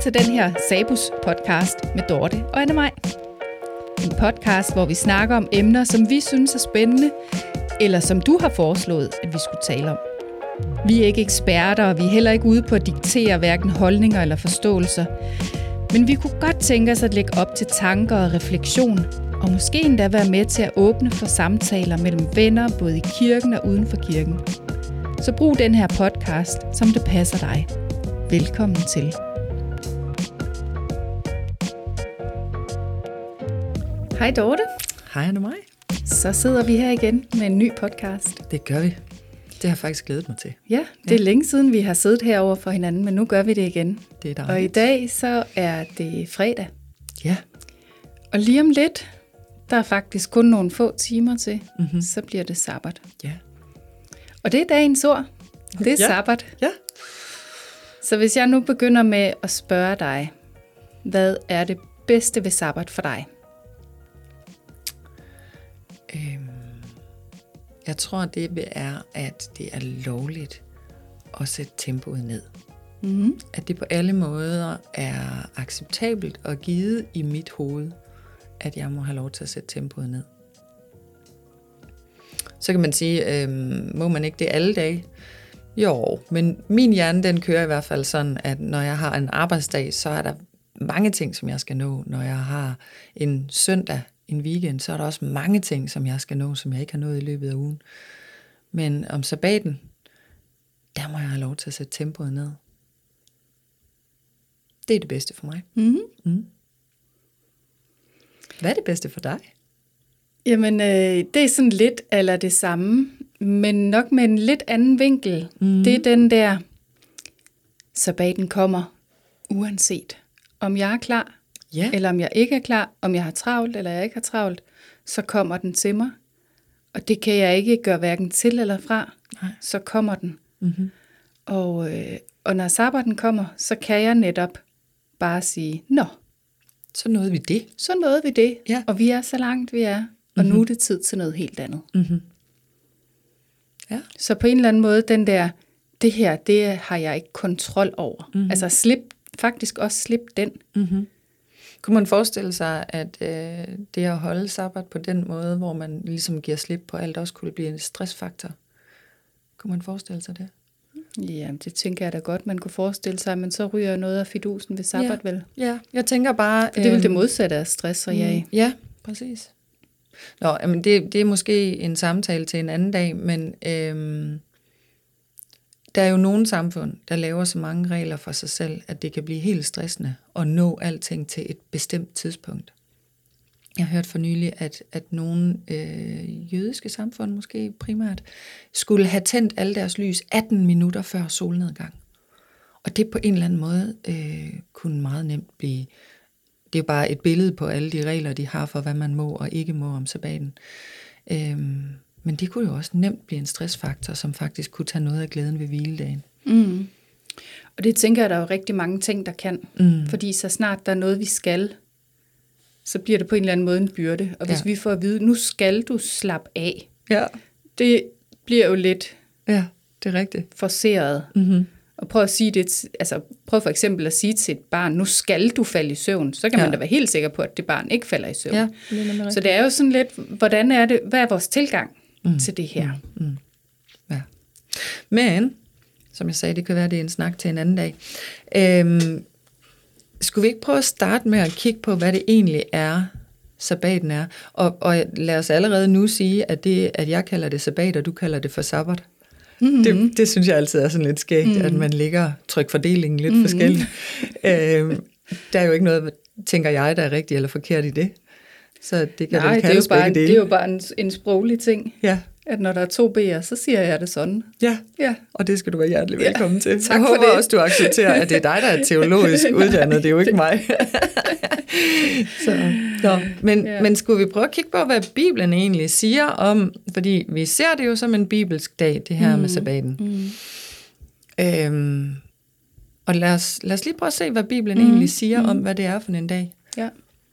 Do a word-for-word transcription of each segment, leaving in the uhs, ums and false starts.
til den her Sabus podcast med Dorte og Anne-Maj. En podcast, hvor vi snakker om emner, som vi synes er spændende, eller som du har foreslået, at vi skulle tale om. Vi er ikke eksperter, og vi er heller ikke ude på at diktere hverken holdninger eller forståelser. Men vi kunne godt tænke os at lægge op til tanker og refleksion, og måske endda være med til at åbne for samtaler mellem venner, både i kirken og uden for kirken. Så brug den her podcast, som det passer dig. Velkommen til. Hej Dorte. Hej Anne-Maj. Så sidder vi her igen med en ny podcast. Det gør vi. Det har jeg faktisk glædet mig til. Ja, det er ja. længe siden, vi har siddet herover for hinanden, men nu gør vi det igen. Det er dejligt. Og i dag så er det fredag. Ja. Og lige om lidt, der er faktisk kun nogle få timer til, mm-hmm. så bliver det sabbat. Ja. Og det er dagens ord. Det er ja. sabbat. Ja. Så hvis jeg nu begynder med at spørge dig, hvad er det bedste ved sabbat for dig? Øhm, jeg tror, det er, at det er lovligt at sætte tempoet ned. Mm-hmm. At det på alle måder er acceptabelt og givet i mit hoved, at jeg må have lov til at sætte tempoet ned. Så kan man sige, øhm, må man ikke det alle dage? Jo, men min hjerne, den kører i hvert fald sådan, at når jeg har en arbejdsdag, så er der mange ting, som jeg skal nå. Når jeg har en søndag, en weekend, så er der også mange ting, som jeg skal nå, som jeg ikke har nået i løbet af ugen. Men om sabbaten, der må jeg have lov til at sætte tempoet ned. Det er det bedste for mig. Mm-hmm. Mm. Hvad er det bedste for dig? Jamen, øh, det er sådan lidt eller det samme, men nok med en lidt anden vinkel. Mm. Det er den der, sabbaten kommer uanset om jeg er klar, ja. eller om jeg ikke er klar, om jeg har travlt, eller jeg ikke har travlt, så kommer den til mig. Og det kan jeg ikke gøre hverken til eller fra, Nej. Så kommer den. Mm-hmm. Og, øh, og når sabbaten kommer, så kan jeg netop bare sige, nå. Så nåede vi det. Så nåede vi det, ja. Og vi er så langt vi er, og mm-hmm. nu er det tid til noget helt andet. Mm-hmm. Ja. Så på en eller anden måde, den der, det her, det har jeg ikke kontrol over. Mm-hmm. Altså slip, faktisk også slip den. Mm-hmm. Kunne man forestille sig, at øh, det at holde sabbat på den måde, hvor man ligesom giver slip på alt, også kunne blive en stressfaktor? Kunne man forestille sig det? Ja, det tænker jeg da godt, man kunne forestille sig, men så ryger noget af fidusen ved sabbat ja. vel? Ja, jeg tænker bare... For det vil det modsatte af stress og jag. Ja, præcis. Nå, jamen det, det er måske en samtale til en anden dag, men øhm, der er jo nogle samfund, der laver så mange regler for sig selv, at det kan blive helt stressende at nå alting til et bestemt tidspunkt. Jeg har hørt for nylig, at, at nogle øh, jødiske samfund måske primært skulle have tændt alle deres lys atten minutter før solnedgang. Og det på en eller anden måde øh, kunne meget nemt blive... Det er jo bare et billede på alle de regler, de har for, hvad man må og ikke må om sabbaten. Øhm, men det kunne jo også nemt blive en stressfaktor, som faktisk kunne tage noget af glæden ved hviledagen. Mm. Og det tænker jeg, der er jo rigtig mange ting, der kan. Mm. Fordi så snart der er noget, vi skal, så bliver det på en eller anden måde en byrde. Og hvis ja. vi får at vide, nu skal du slappe af, ja. det bliver jo lidt ja, det er rigtigt. forceret. Mm-hmm. Og prøv at sige det, altså prøv for eksempel at sige til et barn, nu skal du falde i søvn, så kan ja. man da være helt sikker på, at det barn ikke falder i søvn. Ja, det så det er jo sådan lidt, hvordan er det, hvad er vores tilgang mm. til det her? Mm. Mm. Ja. Men, som jeg sagde, det kan være, det er en snak til en anden dag. Øhm, skulle vi ikke prøve at starte med at kigge på, hvad det egentlig er, sabbaten er? Og, og lad os allerede nu sige, at, det, at jeg kalder det sabbat, og du kalder det for sabbat. Mm-hmm. Det, det synes jeg altid er sådan lidt skægt, mm-hmm. at man ligger trykfordelingen lidt mm-hmm. forskelligt. øhm, der er jo ikke noget, tænker jeg, der er rigtigt eller forkert i det. Så det kan Nej, vel kaldes begge dele. Det er jo bare en, en sproglig ting. Ja. At når der er to B'er, så siger jeg det sådan. Ja, ja. Og det skal du være hjertelig velkommen ja, til. Jeg håber det. også, du accepterer, at det er dig, der er teologisk uddannet. Det er jo ikke mig. Så, så. Men, ja. men skulle vi prøve at kigge på, hvad Bibelen egentlig siger om, fordi vi ser det jo som en bibelsk dag, det her mm. med sabbaten. Mm. Øhm, og lad os, lad os lige prøve at se, hvad Bibelen mm. egentlig siger mm. om, hvad det er for en dag. Ja.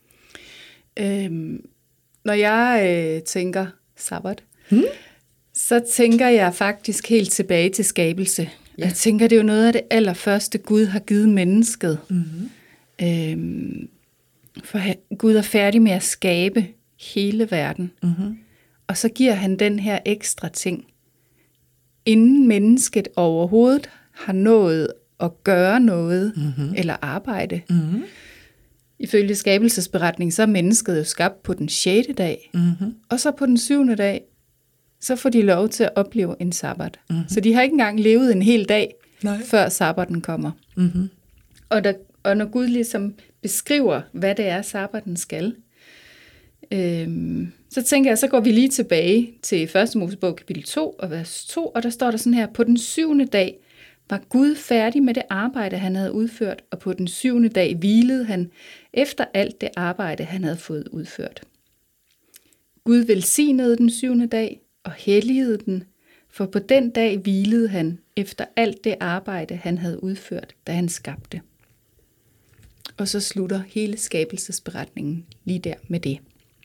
Øhm, når jeg øh, tænker sabbat, mm. så tænker jeg faktisk helt tilbage til skabelse. Ja. Jeg tænker, det er jo noget af det allerførste, Gud har givet mennesket. Mm-hmm. Øhm, for Gud er færdig med at skabe hele verden. Mm-hmm. Og så giver han den her ekstra ting, inden mennesket overhovedet har nået at gøre noget, mm-hmm. eller arbejde. Mm-hmm. Ifølge skabelsesberetningen, så er mennesket jo skabt på den sjette dag. Mm-hmm. Og så på den syvende dag, så får de lov til at opleve en sabbat. Mm-hmm. Så de har ikke engang levet en hel dag, Nej. før sabbaten kommer. Mm-hmm. Og, der, og når Gud ligesom beskriver, hvad det er, sabbaten skal, øhm, så tænker jeg, så går vi lige tilbage til første Mosebog kapitel to og vers to, og der står der sådan her: på den syvende dag var Gud færdig med det arbejde, han havde udført, og på den syvende dag hvilede han efter alt det arbejde, han havde fået udført. Gud velsignede den syvende dag og helligede den, for på den dag hvilede han efter alt det arbejde, han havde udført, da han skabte. Og så slutter hele skabelsesberetningen lige der med det.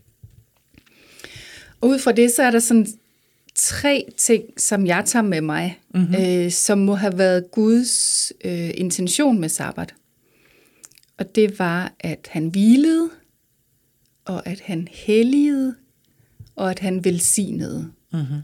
Og ud fra det, så er der sådan tre ting, som jeg tager med mig, mm-hmm. øh, som må have været Guds øh, intention med sabbat. Og det var, at han hvilede, og at han helligede, og at han velsignede. Mm-hmm.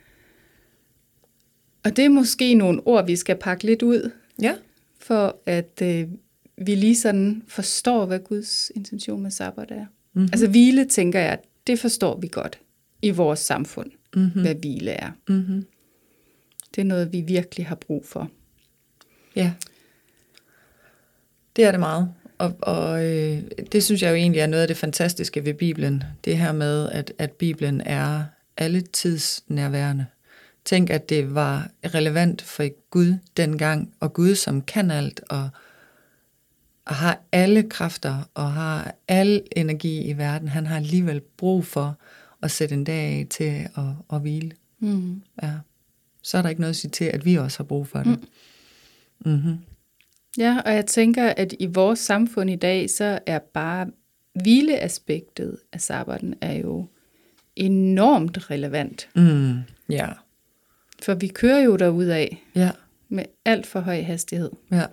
Og det er måske nogle ord, vi skal pakke lidt ud, Ja. for at øh, vi lige sådan forstår, hvad Guds intention med sabbat er. Mm-hmm. Altså hvile, tænker jeg, det forstår vi godt i vores samfund, mm-hmm. hvad hvile er. Mm-hmm. Det er noget, vi virkelig har brug for. Ja, det er det meget. Og, og øh, det synes jeg jo egentlig er noget af det fantastiske ved Bibelen. Det her med, at, at Bibelen er alle tids nærværende. Tænk, at det var relevant for Gud dengang, og Gud, som kan alt, og, og har alle kræfter, og har al energi i verden. Han har alligevel brug for at sætte en dag af til at, at hvile. Mm. Ja. Så er der ikke noget at sige til, at vi også har brug for det. Mm. Mm-hmm. Ja, og jeg tænker, at i vores samfund i dag, så er bare hvileaspektet af sabbaten er jo enormt relevant. Mm. Ja. For vi kører jo derudad Ja. med alt for høj hastighed. Ja.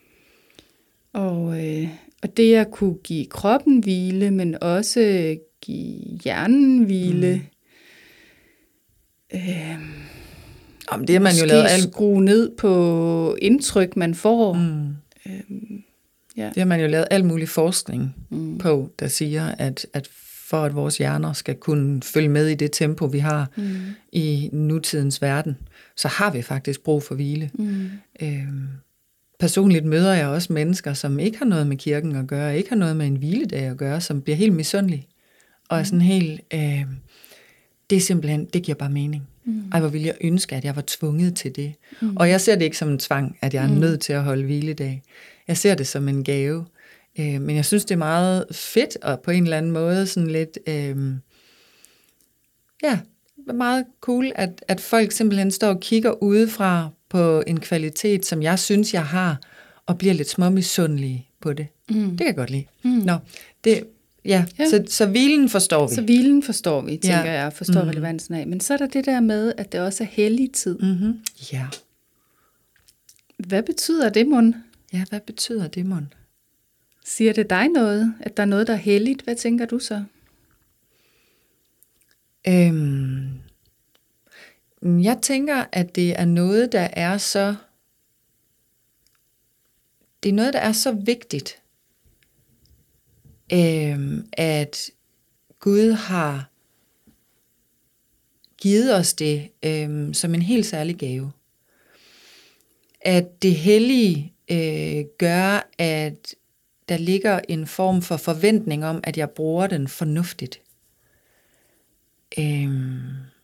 Og, øh, og det at kunne give kroppen hvile, men også give hjernen hvile. Mm. Øh, Jamen, det har man jo måske lavet alt. skrue ned på indtryk, man får. Mm. Øhm, ja. Det har man jo lavet al mulig forskning Mm. på, der siger, at, at for at vores hjerner skal kunne følge med i det tempo, vi har Mm. i nutidens verden, så har vi faktisk brug for hvile. Mm. Øhm, personligt møder jeg også mennesker, som ikke har noget med kirken at gøre, ikke har noget med en hviledag at gøre, som bliver helt misundelige. Og er sådan helt, øh, det er simpelthen, det giver bare mening. Mm. Ej, hvor ville jeg ønske, at jeg var tvunget til det. Mm. Og jeg ser det ikke som en tvang, at jeg er nødt til at holde hviledag. Jeg ser det som en gave. Øh, men jeg synes, det er meget fedt, og på en eller anden måde sådan lidt, øh, ja, meget cool, at, at folk simpelthen står og kigger udefra på en kvalitet, som jeg synes, jeg har, og bliver lidt småmisundelige på det. Mm. Det kan jeg godt lide. Mm. Nå, det, ja, ja. Så, så hvilen forstår vi. Så hvilen forstår vi, tænker Ja. jeg, forstår Mm. relevansen af. Men så er der det der med, at det også er hellig tid. Mm-hmm. Ja. Hvad betyder det, mon? Ja, hvad betyder det, mon? Siger det dig noget, at der er noget, der er helligt? Hvad tænker du så? Øhm, jeg tænker, at det er noget, der er så... Det er noget, der er så vigtigt, øhm, at Gud har givet os det øhm, som en helt særlig gave. At det hellige øh, gør, at der ligger en form for forventning om, at jeg bruger den fornuftigt. Øhm,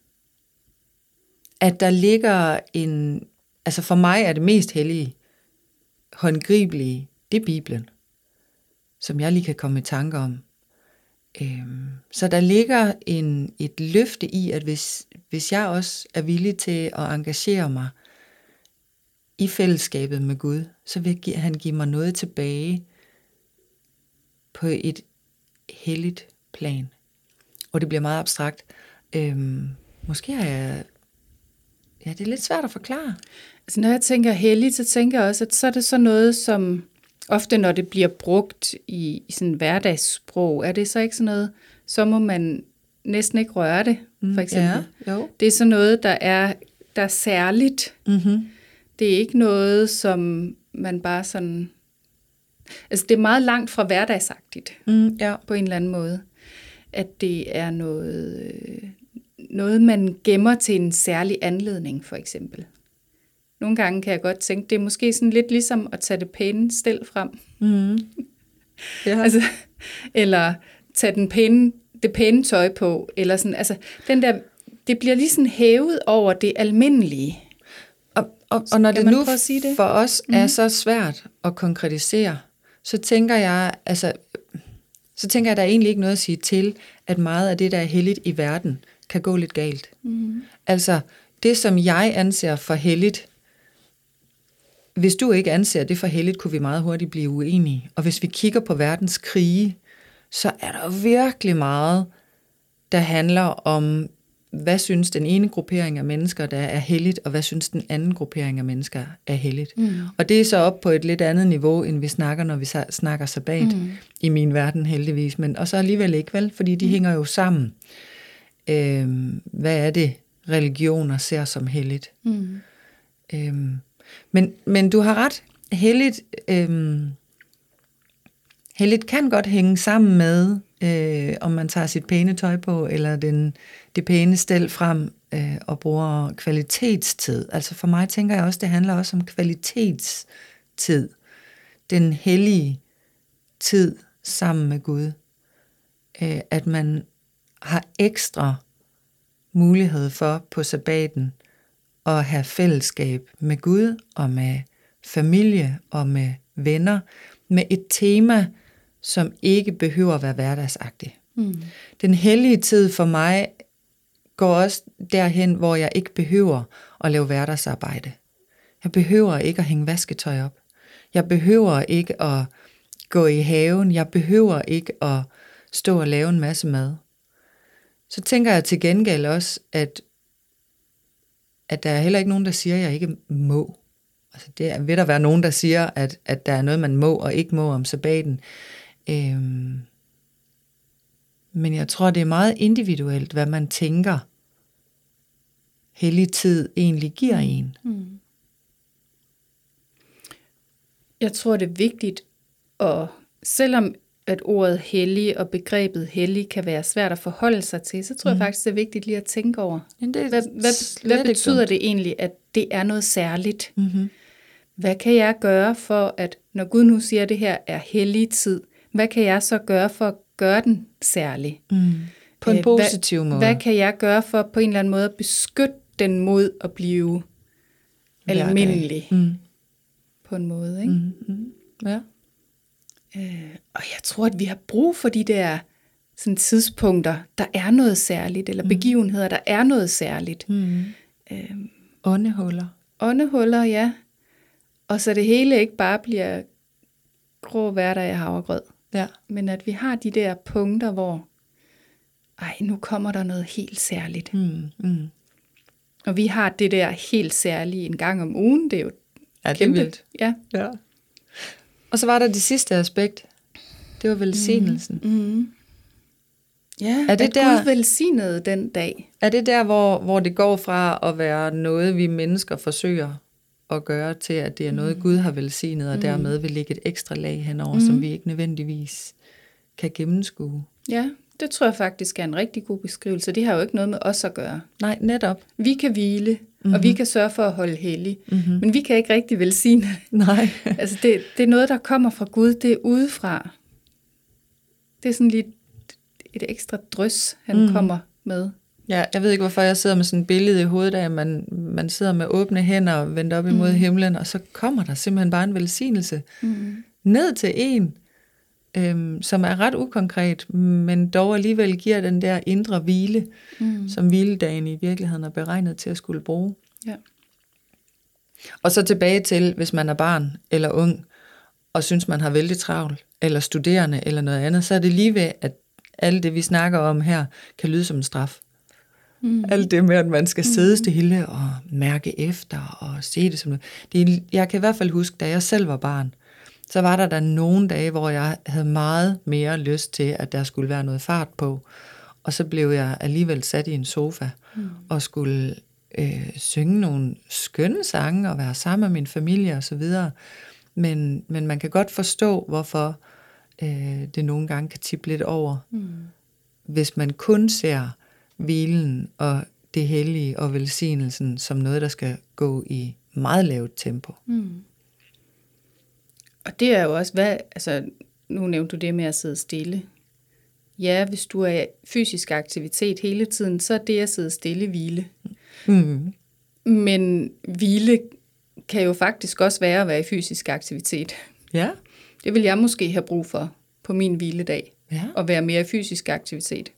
at der ligger en... Altså for mig er det mest hellige, håndgribelige, det er Bibelen, som jeg lige kan komme i tanke om. Øhm, så der ligger en, et løfte i, at hvis, hvis jeg også er villig til at engagere mig i fællesskabet med Gud, så vil han give mig noget tilbage på et helligt plan. Og det bliver meget abstrakt. Øhm, måske er jeg... Ja, det er lidt svært at forklare. Altså, når jeg tænker helligt, så tænker jeg også, at så er det så noget, som ofte når det bliver brugt i, i sådan hverdagssprog, er det så ikke sådan noget, så må man næsten ikke røre det, for eksempel. Ja, jo. Det er sådan noget, der er, der er særligt. Mm-hmm. Det er ikke noget, som man bare sådan... Altså, det er meget langt fra hverdagsagtigt, Mm, ja. på en eller anden måde. At det er noget, noget, man gemmer til en særlig anledning, for eksempel. Nogle gange kan jeg godt tænke, det er måske sådan lidt ligesom at tage det pæne stel frem. Mm. Ja. Altså, eller tage den pæne, det pæne tøj på. Eller sådan, altså, den der, det bliver lige sådan hævet over det almindelige. Og, og, og når Kan det man nu prøve at sige det? for os Mhm. er så svært at konkretisere, så tænker jeg, altså, så tænker jeg, at der er egentlig ikke noget at sige til, at meget af det, der er helligt i verden, kan gå lidt galt. Mm. Altså, det som jeg anser for helligt, hvis du ikke anser det for helligt, kunne vi meget hurtigt blive uenige. Og hvis vi kigger på verdens krige, så er der virkelig meget, der handler om, hvad synes den ene gruppering af mennesker, der er helligt, og hvad synes den anden gruppering af mennesker er helligt. Mm. Og det er så op på et lidt andet niveau, end vi snakker, når vi snakker sabbat, Mm. i min verden heldigvis. Men, og så alligevel ikke, vel? Fordi de Mm. hænger jo sammen. Øhm, hvad er det, religioner ser som helligt? Mm. Øhm, men, men du har ret. Helligt, øhm, helligt kan godt hænge sammen med, øh, om man tager sit pæne tøj på, eller den, det pæne stel frem øh, og bruger kvalitetstid. Altså for mig tænker jeg også, det handler også om kvalitetstid. Den hellige tid sammen med Gud. Øh, at man har ekstra mulighed for på sabbaten at have fællesskab med Gud og med familie og med venner, med et tema, som ikke behøver at være hverdagsagtigt. Mm. Den hellige tid for mig går også derhen, hvor jeg ikke behøver at lave hverdagsarbejde. Jeg behøver ikke at hænge vasketøj op. Jeg behøver ikke at gå i haven. Jeg behøver ikke at stå og lave en masse mad. Så tænker jeg til gengæld også, at, at der er heller ikke nogen, der siger, at jeg ikke må. Altså det er, vil der være nogen, der siger, at, at der er noget, man må og ikke må om sabbaten. Øhm, men jeg tror, det er meget individuelt, hvad man tænker, hellig tid egentlig giver en. Mm. Jeg tror, det er vigtigt, og selvom at ordet hellig og begrebet hellig kan være svært at forholde sig til, så tror mm. jeg faktisk, det er vigtigt lige at tænke over. Men det er Hvad, hvad, hvad betyder det egentlig, at det er noget særligt? Mm-hmm. Hvad kan jeg gøre for, at når Gud nu siger, at det her er hellig tid, hvad kan jeg så gøre for at gøre den særlig? Mm. På en Øh, positiv hvad, måde. Hvad kan jeg gøre for på en eller anden måde at beskytte den mod at blive Hverdag. almindelig? Mm. På en måde, ikke? Mm. Mm. Ja. Øh, og jeg tror, at vi har brug for de der sådan, tidspunkter, der er noget særligt, eller Mm. begivenheder, der er noget særligt. Mm. Øh, Åndehuller. åndehuller, ja. Og så det hele ikke bare bliver grå hverdag af havregrød. Ja. Men at vi har de der punkter, hvor ej, nu kommer der noget helt særligt. Mm. Mm. Og vi har det der helt særlige en gang om ugen. Det er jo Ja, det er kæmpe. vildt. Ja. Ja. Og så var der det sidste aspekt. Det var velsignelsen. Mm. Mm. Ja, Er det at der- Gud velsignede den dag. Er det der, hvor, hvor det går fra at være noget, vi mennesker forsøger at gøre, til at det er noget, Gud har velsignet, og Mm. dermed vil lægge et ekstra lag henover, Mm. som vi ikke nødvendigvis kan gennemskue? Ja, det tror jeg faktisk er en rigtig god beskrivelse. Det har jo ikke noget med os at gøre. Nej, netop. Vi kan hvile, mm-hmm. og vi kan sørge for at holde hellig. Mm-hmm. Men vi kan ikke rigtig velsigne. Nej. Altså det, det er noget, der kommer fra Gud. Det er udefra. Det er sådan lidt et ekstra drys, han Mm. mm. kommer med. Ja, jeg ved ikke, hvorfor jeg sidder med sådan et billede i hovedet af, at man, man sidder med åbne hænder og vendt op imod Mm. himlen, og så kommer der simpelthen bare en velsignelse Mm. ned til en, øhm, som er ret ukonkret, men dog alligevel giver den der indre hvile, Mm. som hviledagen i virkeligheden er beregnet til at skulle bruge. Ja. Og så tilbage til, hvis man er barn eller ung, og synes, man har vældig travlt, eller studerende eller noget andet, så er det lige ved, at alt det, vi snakker om her, kan lyde som en straf. Mm. Alt det med, at man skal sidde stille og mærke efter og se det som noget. Det er, jeg kan i hvert fald huske, da jeg selv var barn, så var der da nogle dage, hvor jeg havde meget mere lyst til, at der skulle være noget fart på. Og så blev jeg alligevel sat i en sofa mm. og skulle øh, synge nogle skønne sange og være sammen med min familie og så videre. Men, men man kan godt forstå, hvorfor øh, det nogle gange kan tippe lidt over. Mm. Hvis man kun ser hvilen og det hellige og velsignelsen som noget, der skal gå i meget lavt tempo. Mm. Og det er jo også, hvad, altså, nu nævnte du det med at sidde stille. Ja, hvis du er i fysisk aktivitet hele tiden, så er det at sidde stille hvile. Mm. Men hvile kan jo faktisk også være at være i fysisk aktivitet. Ja. Det vil jeg måske have brug for på min hviledag. Ja. At være mere i fysisk aktivitet.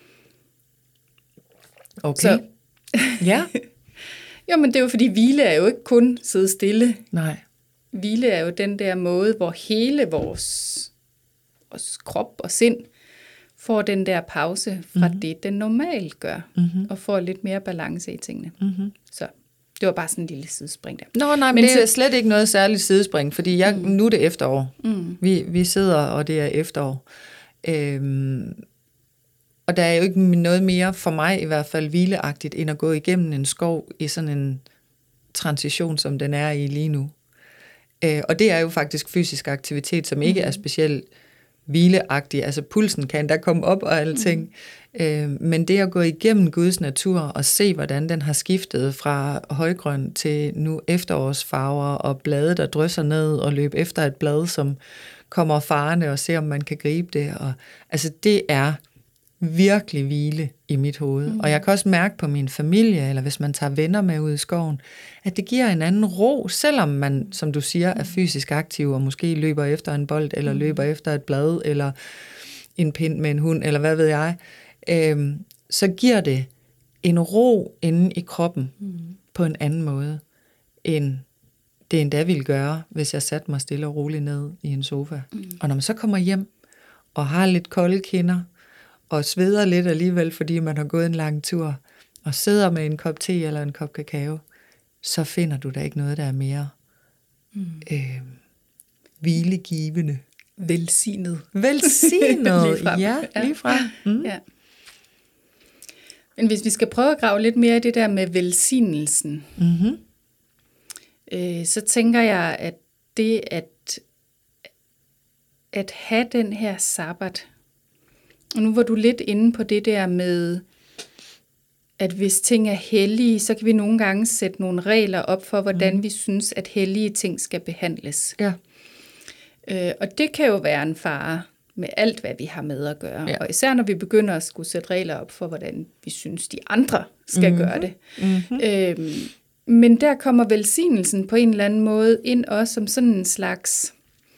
Okay. Så. Ja. Jo, men det er jo fordi, hvile er jo ikke kun sidde stille. Nej. Hvile er jo den der måde, hvor hele vores, vores krop og sind får den der pause fra mm-hmm. det, den normalt gør, mm-hmm. og får lidt mere balance i tingene. Mm-hmm. Så det var bare sådan en lille sidespring der. Nå, nej, men, men det er slet ikke noget særligt sidespring, fordi jeg, mm. nu er det efterår. Mm. Vi, vi sidder, og det er efterår. Øhm, og der er jo ikke noget mere, for mig i hvert fald, hvileagtigt, end at gå igennem en skov i sådan en transition, som den er i lige nu. Øh, og det er jo faktisk fysisk aktivitet, som ikke mm. er specielt hvileagtig. Altså pulsen kan der komme op og alting. Mm. Øh, men det at gå igennem Guds natur og se, hvordan den har skiftet fra højgrøn til nu efterårsfarver og blade, der drysser ned og løb efter et blad, som kommer farende og se, om man kan gribe det. Og, altså det er virkelig hvile i mit hoved. Mm. Og jeg kan også mærke på min familie, eller hvis man tager venner med ud i skoven, at det giver en anden ro, selvom man, som du siger, er fysisk aktiv, og måske løber efter en bold, eller mm. løber efter et blad, eller en pind med en hund, eller hvad ved jeg, øhm, så giver det en ro inde i kroppen mm. på en anden måde, end det endda ville gøre, hvis jeg satte mig stille og roligt ned i en sofa. Mm. Og når man så kommer hjem, og har lidt kolde kinder, og sveder lidt alligevel, fordi man har gået en lang tur, og sidder med en kop te eller en kop kakao, så finder du da ikke noget, der er mere mm. øh, hvilegivende. Velsignet. Velsignet, ligefrem. Ja, ligefrem. Mm. Ja. Men hvis vi skal prøve at grave lidt mere i det der med velsignelsen, mm-hmm. øh, så tænker jeg, at det at, at have den her sabbat, og nu var du lidt inde på det der med, at hvis ting er hellige, så kan vi nogle gange sætte nogle regler op for, hvordan mm. vi synes, at hellige ting skal behandles. Ja. Øh, og det kan jo være en fare med alt, hvad vi har med at gøre. Ja. Og især når vi begynder at skulle sætte regler op for, hvordan vi synes, de andre skal mm-hmm. gøre det. Mm-hmm. Øhm, men der kommer velsignelsen på en eller anden måde ind også som sådan en slags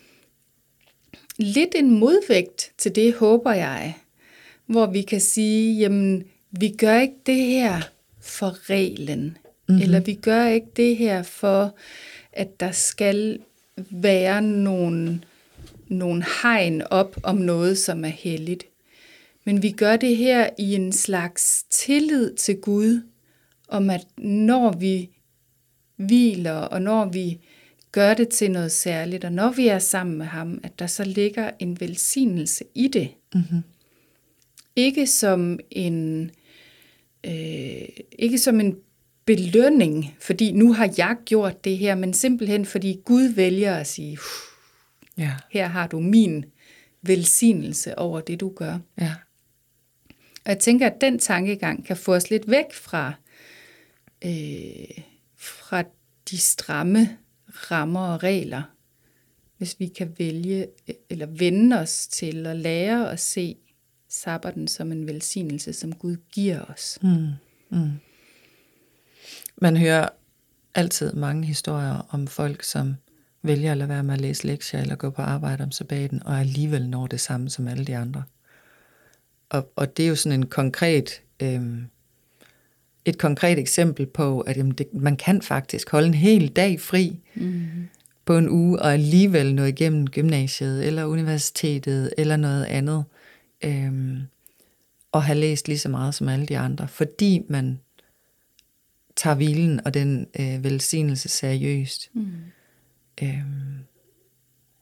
lidt en modvægt til det, håber jeg, hvor vi kan sige, jamen, vi gør ikke det her for reglen, mm-hmm. eller vi gør ikke det her for, at der skal være nogle, nogle hegn op om noget, som er helligt. Men vi gør det her i en slags tillid til Gud, om at når vi hviler, og når vi gør det til noget særligt, og når vi er sammen med ham, at der så ligger en velsignelse i det. Mm-hmm. Ikke som en øh, ikke som en belønning, fordi nu har jeg gjort det her, men simpelthen fordi Gud vælger at sige, ja. Her har du min velsignelse over det, du gør. Ja. Og jeg tænker, at den tankegang kan få os lidt væk fra, øh, fra de stramme rammer og regler, hvis vi kan vælge eller vende os til at lære at se sabbaten som en velsignelse, som Gud giver os. Mm. Mm. Man hører altid mange historier om folk, som vælger at lade være med at læse lektier eller gå på arbejde om sabbaten, og alligevel når det samme som alle de andre. Og, og det er jo sådan en konkret, øh, et konkret eksempel på, at jamen, det, man kan faktisk holde en hel dag fri mm. på en uge, og alligevel nå igennem gymnasiet, eller universitetet, eller noget andet, øh, og have læst lige så meget som alle de andre, fordi man tager hvilen og den øh, velsignelse seriøst. Mm. Øhm,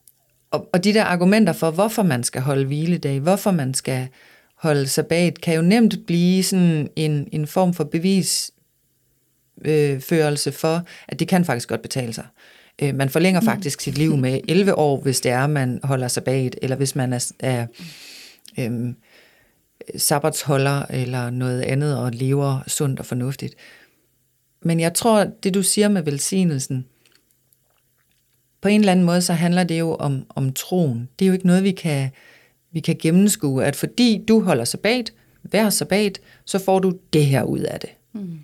og, og de der argumenter for, hvorfor man skal holde hviledag, hvorfor man skal holde sabbat, kan jo nemt blive sådan en, en form for bevisførelse øh, for, at det kan faktisk godt betale sig. Øh, man forlænger faktisk sit liv med elleve år, hvis det er, man holder sabbat, eller hvis man er, er øh, sabbatsholder, eller noget andet, og lever sundt og fornuftigt. Men jeg tror, det du siger med velsignelsen, på en eller anden måde, så handler det jo om, om troen. Det er jo ikke noget, vi kan, vi kan gennemskue, at fordi du holder sabbat, hver sabbat, så får du det her ud af det. Mm.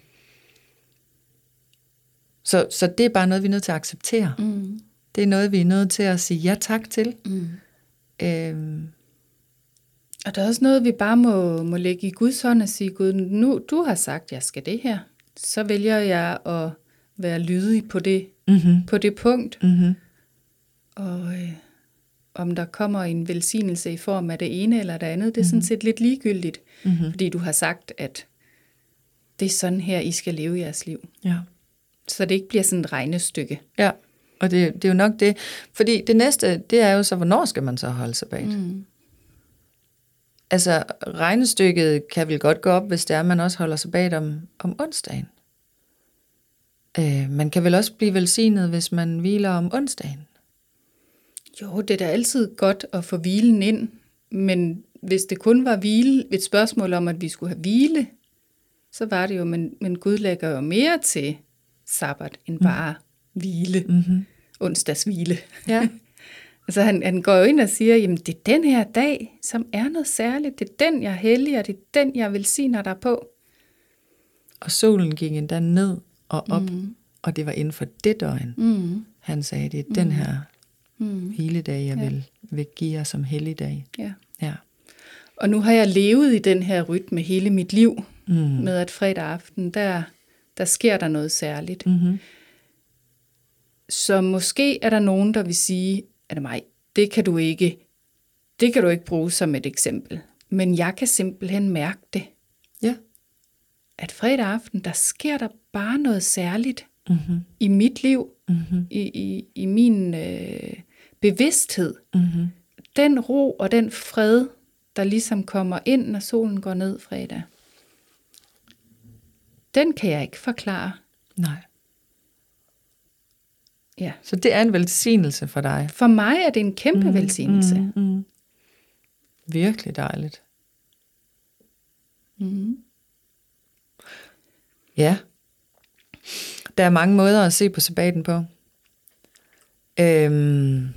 Så, så det er bare noget, vi er nødt til at acceptere. Mm. Det er noget, vi er nødt til at sige ja tak til. Mm. Øhm. Og der er også noget, vi bare må, må lægge i Guds hånd og sige, Gud, nu du har sagt, jeg skal det her. Så vælger jeg at være lydig på det, mm-hmm. på det punkt. Mm-hmm. Og øh, om der kommer en velsignelse i form af det ene eller det andet, det er mm-hmm. sådan set lidt ligegyldigt. Mm-hmm. Fordi du har sagt, at det er sådan her, I skal leve jeres liv. Ja. Så det ikke bliver sådan et regnestykke. Ja, og det, det er jo nok det. Fordi det næste, det er jo så, hvornår skal man så holde sabbat? Mm. Altså, regnestykket kan vel godt gå op, hvis det er, man også holder sabbat om, om onsdagen. Øh, man kan vel også blive velsignet, hvis man hviler om onsdagen. Jo, det er da altid godt at få hvilen ind, men hvis det kun var hvile, et spørgsmål om, at vi skulle have hvile, så var det jo, men, men Gud lægger jo mere til sabbat, end bare mm. hvile, mm-hmm. onsdagshvile. Ja. Altså han, han går jo ind og siger, jamen det er den her dag, som er noget særligt, det er den, jeg helliger, det er den, jeg velsigner dig på. Og solen gik endda ned og op, mm. og det var inden for det døgn. Mm. Han sagde, det er mm. den her mm. hviledag, jeg ja. vil, vil give jer som helligdag. Ja. Ja. Og nu har jeg levet i den her rytme hele mit liv, mm. med at fredag aften, der, der sker der noget særligt. Mm-hmm. Så måske er der nogen, der vil sige, at mig, det kan du ikke, det kan du ikke bruge som et eksempel. Men jeg kan simpelthen mærke det. Ja. At fredag aften, der sker der bare noget særligt mm-hmm. i mit liv, mm-hmm. i, i, i min øh, bevidsthed. Mm-hmm. Den ro og den fred, der ligesom kommer ind, når solen går ned fredag, den kan jeg ikke forklare. Nej. Ja. Så det er en velsignelse for dig? For mig er det en kæmpe mm, velsignelse. Mm, mm. Virkelig dejligt. Mm. Ja. Der er mange måder at se på sabbaten på. Øhm,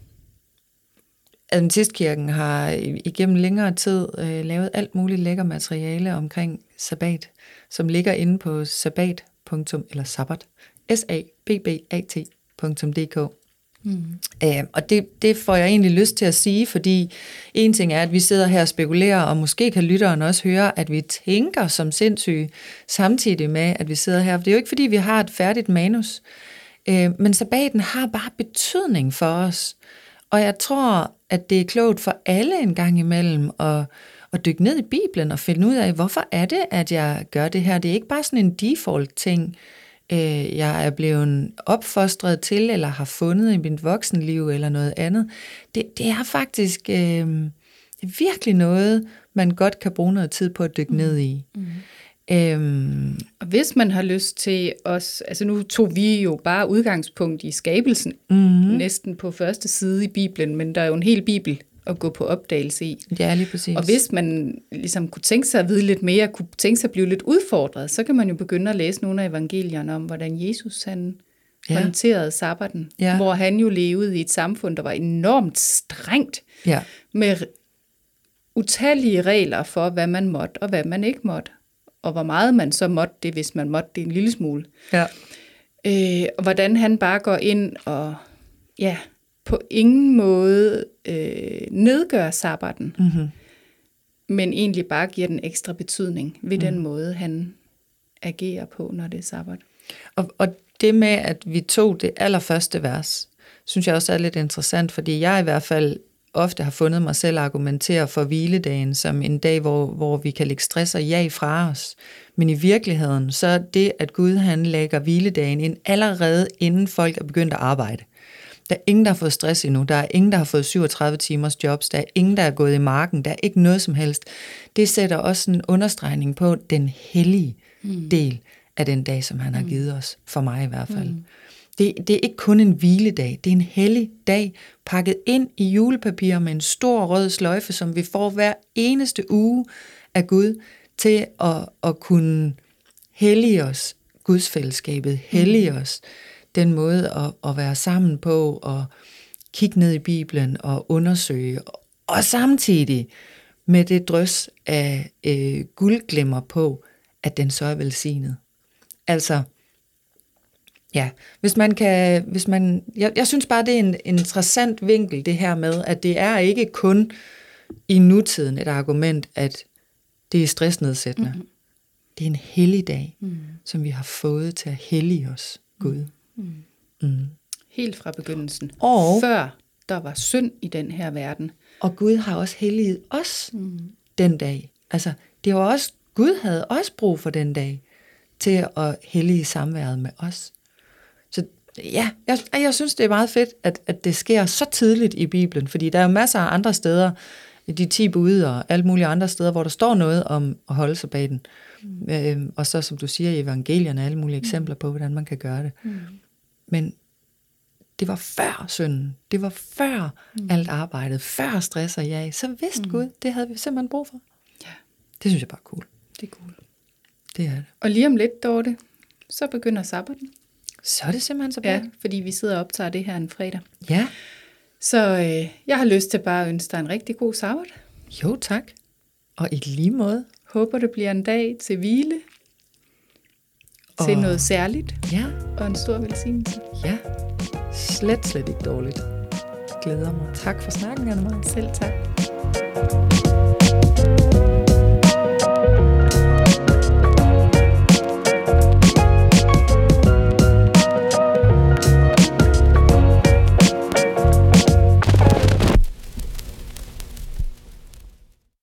Adventistkirken har igennem længere tid øh, lavet alt muligt lækker materiale omkring sabbat, som ligger inde på sabbat. Eller sabbat. S A B B A T .d k. Mm. Øh, og det, det får jeg egentlig lyst til at sige, fordi en ting er, at vi sidder her og spekulerer, og måske kan lytteren også høre, at vi tænker som sindssyge, samtidig med, at vi sidder her. Det er jo ikke, fordi vi har et færdigt manus, øh, men sabbaten har bare betydning for os. Og jeg tror, at det er klogt for alle en gang imellem at, at dykke ned i Bibelen og finde ud af, hvorfor er det, at jeg gør det her. Det er ikke bare sådan en default-ting, jeg er blevet opfostret til, eller har fundet i mit voksenliv, eller noget andet. Det, det er faktisk øh, det er virkelig noget, man godt kan bruge noget tid på at dykke mm. ned i. Mm. Øhm. Og hvis man har lyst til os, altså nu tog vi jo bare udgangspunkt i skabelsen, mm. næsten på første side i Bibelen, men der er jo en hel bibel at gå på opdagelse i. Ja, lige præcis. Og hvis man ligesom kunne tænke sig at vide lidt mere, kunne tænke sig at blive lidt udfordret, så kan man jo begynde at læse nogle af evangelierne om, hvordan Jesus han ja. håndterede sabbaten, ja. hvor han jo levede i et samfund, der var enormt strengt, ja. med utallige regler for, hvad man måtte og hvad man ikke måtte, og hvor meget man så måtte det, hvis man måtte det en lille smule. Ja. Øh, og hvordan han bare går ind og ja, på ingen måde øh, nedgør sabbaten, mm-hmm. men egentlig bare giver den ekstra betydning ved mm. den måde, han agerer på, når det er sabbat. Og, og det med, at vi tog det allerførste vers, synes jeg også er lidt interessant, fordi jeg i hvert fald ofte har fundet mig selv argumentere for hviledagen som en dag, hvor, hvor vi kan lægge stress og jag fra os. Men i virkeligheden, så det, at Gud han lægger hviledagen ind allerede inden folk er begyndt at arbejde. Der er ingen, der har fået stress endnu. Der er ingen, der har fået syvogtredive timers jobs. Der er ingen, der er gået i marken. Der er ikke noget som helst. Det sætter også en understregning på den hellige mm. del af den dag, som han har givet os. For mig i hvert fald. Mm. Det, det er ikke kun en hviledag. Det er en hellig dag, pakket ind i julepapir med en stor rød sløjfe, som vi får hver eneste uge af Gud, til at, at kunne hellige os Guds fællesskabet, hellige mm. os den måde at, at være sammen på, og kigge ned i Bibelen og undersøge, og samtidig med det drøs af øh, guldglimmer på, at den så er velsignet. Altså, ja, hvis man kan, hvis man, jeg, jeg synes bare, det er en, en interessant vinkel, det her med, at det er ikke kun i nutiden et argument, at det er stressnedsættende. Mm-hmm. Det er en hellig dag, mm. som vi har fået til at hellige os, Gud. Mm. Mm. Helt fra begyndelsen. Og, før der var synd i den her verden. Og Gud har også helliget os mm. den dag. Altså, det var også, Gud havde også brug for den dag, til at hellige samværet med os. Så ja, jeg, jeg synes, det er meget fedt, at, at det sker så tidligt i Bibelen, fordi der er jo masser af andre steder, de ti bud og alle mulige andre steder, hvor der står noget om at holde sig bag den. Mm. Øhm, og så, som du siger i evangelierne, alle mulige eksempler på, hvordan man kan gøre det. Mm. Men det var før synden, det var før mm. alt arbejdet, før stress og jag, så vidste mm. Gud, det havde vi simpelthen brug for. Ja. Det synes jeg bare er cool. Det er cool. Det er det. Og lige om lidt, Dorte, så begynder sabbaten. Så er det simpelthen så bra. Ja, fordi vi sidder og optager det her en fredag. Ja. Så øh, jeg har lyst til bare at ønske dig en rigtig god sabbat. Jo, tak. Og i lige måde. Håber, det bliver en dag til hvile. Og til noget særligt. Ja. Og en stor velsignelse. Ja. Slet, slet ikke dårligt. Glæder mig. Tak for snakken, Anne-Marie. Selv tak.